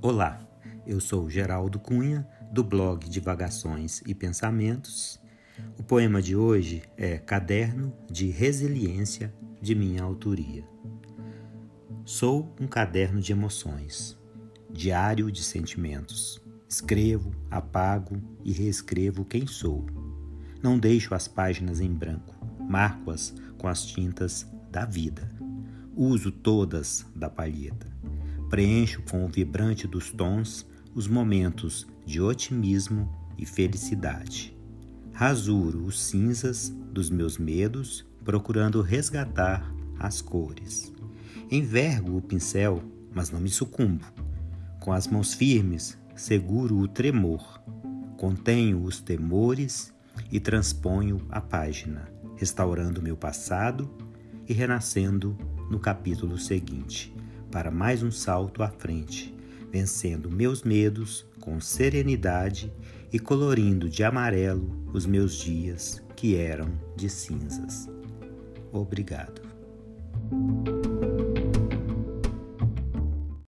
Olá, eu sou Geraldo Cunha, do blog Divagações e Pensamentos. O poema de hoje é Caderno de Resiliência, de minha autoria. Sou um caderno de emoções, diário de sentimentos. Escrevo, apago e reescrevo quem sou. Não deixo as páginas em branco, marco-as com as tintas da vida. Uso todas da palheta. Preencho com o vibrante dos tons os momentos de otimismo e felicidade. Rasuro os cinzas dos meus medos, procurando resgatar as cores. Envergo o pincel, mas não me sucumbo. Com as mãos firmes, seguro o tremor. Contenho os temores e transponho a página, restaurando meu passado e renascendo no capítulo seguinte, para mais um salto à frente, vencendo meus medos com serenidade e colorindo de amarelo os meus dias que eram de cinzas. Obrigado.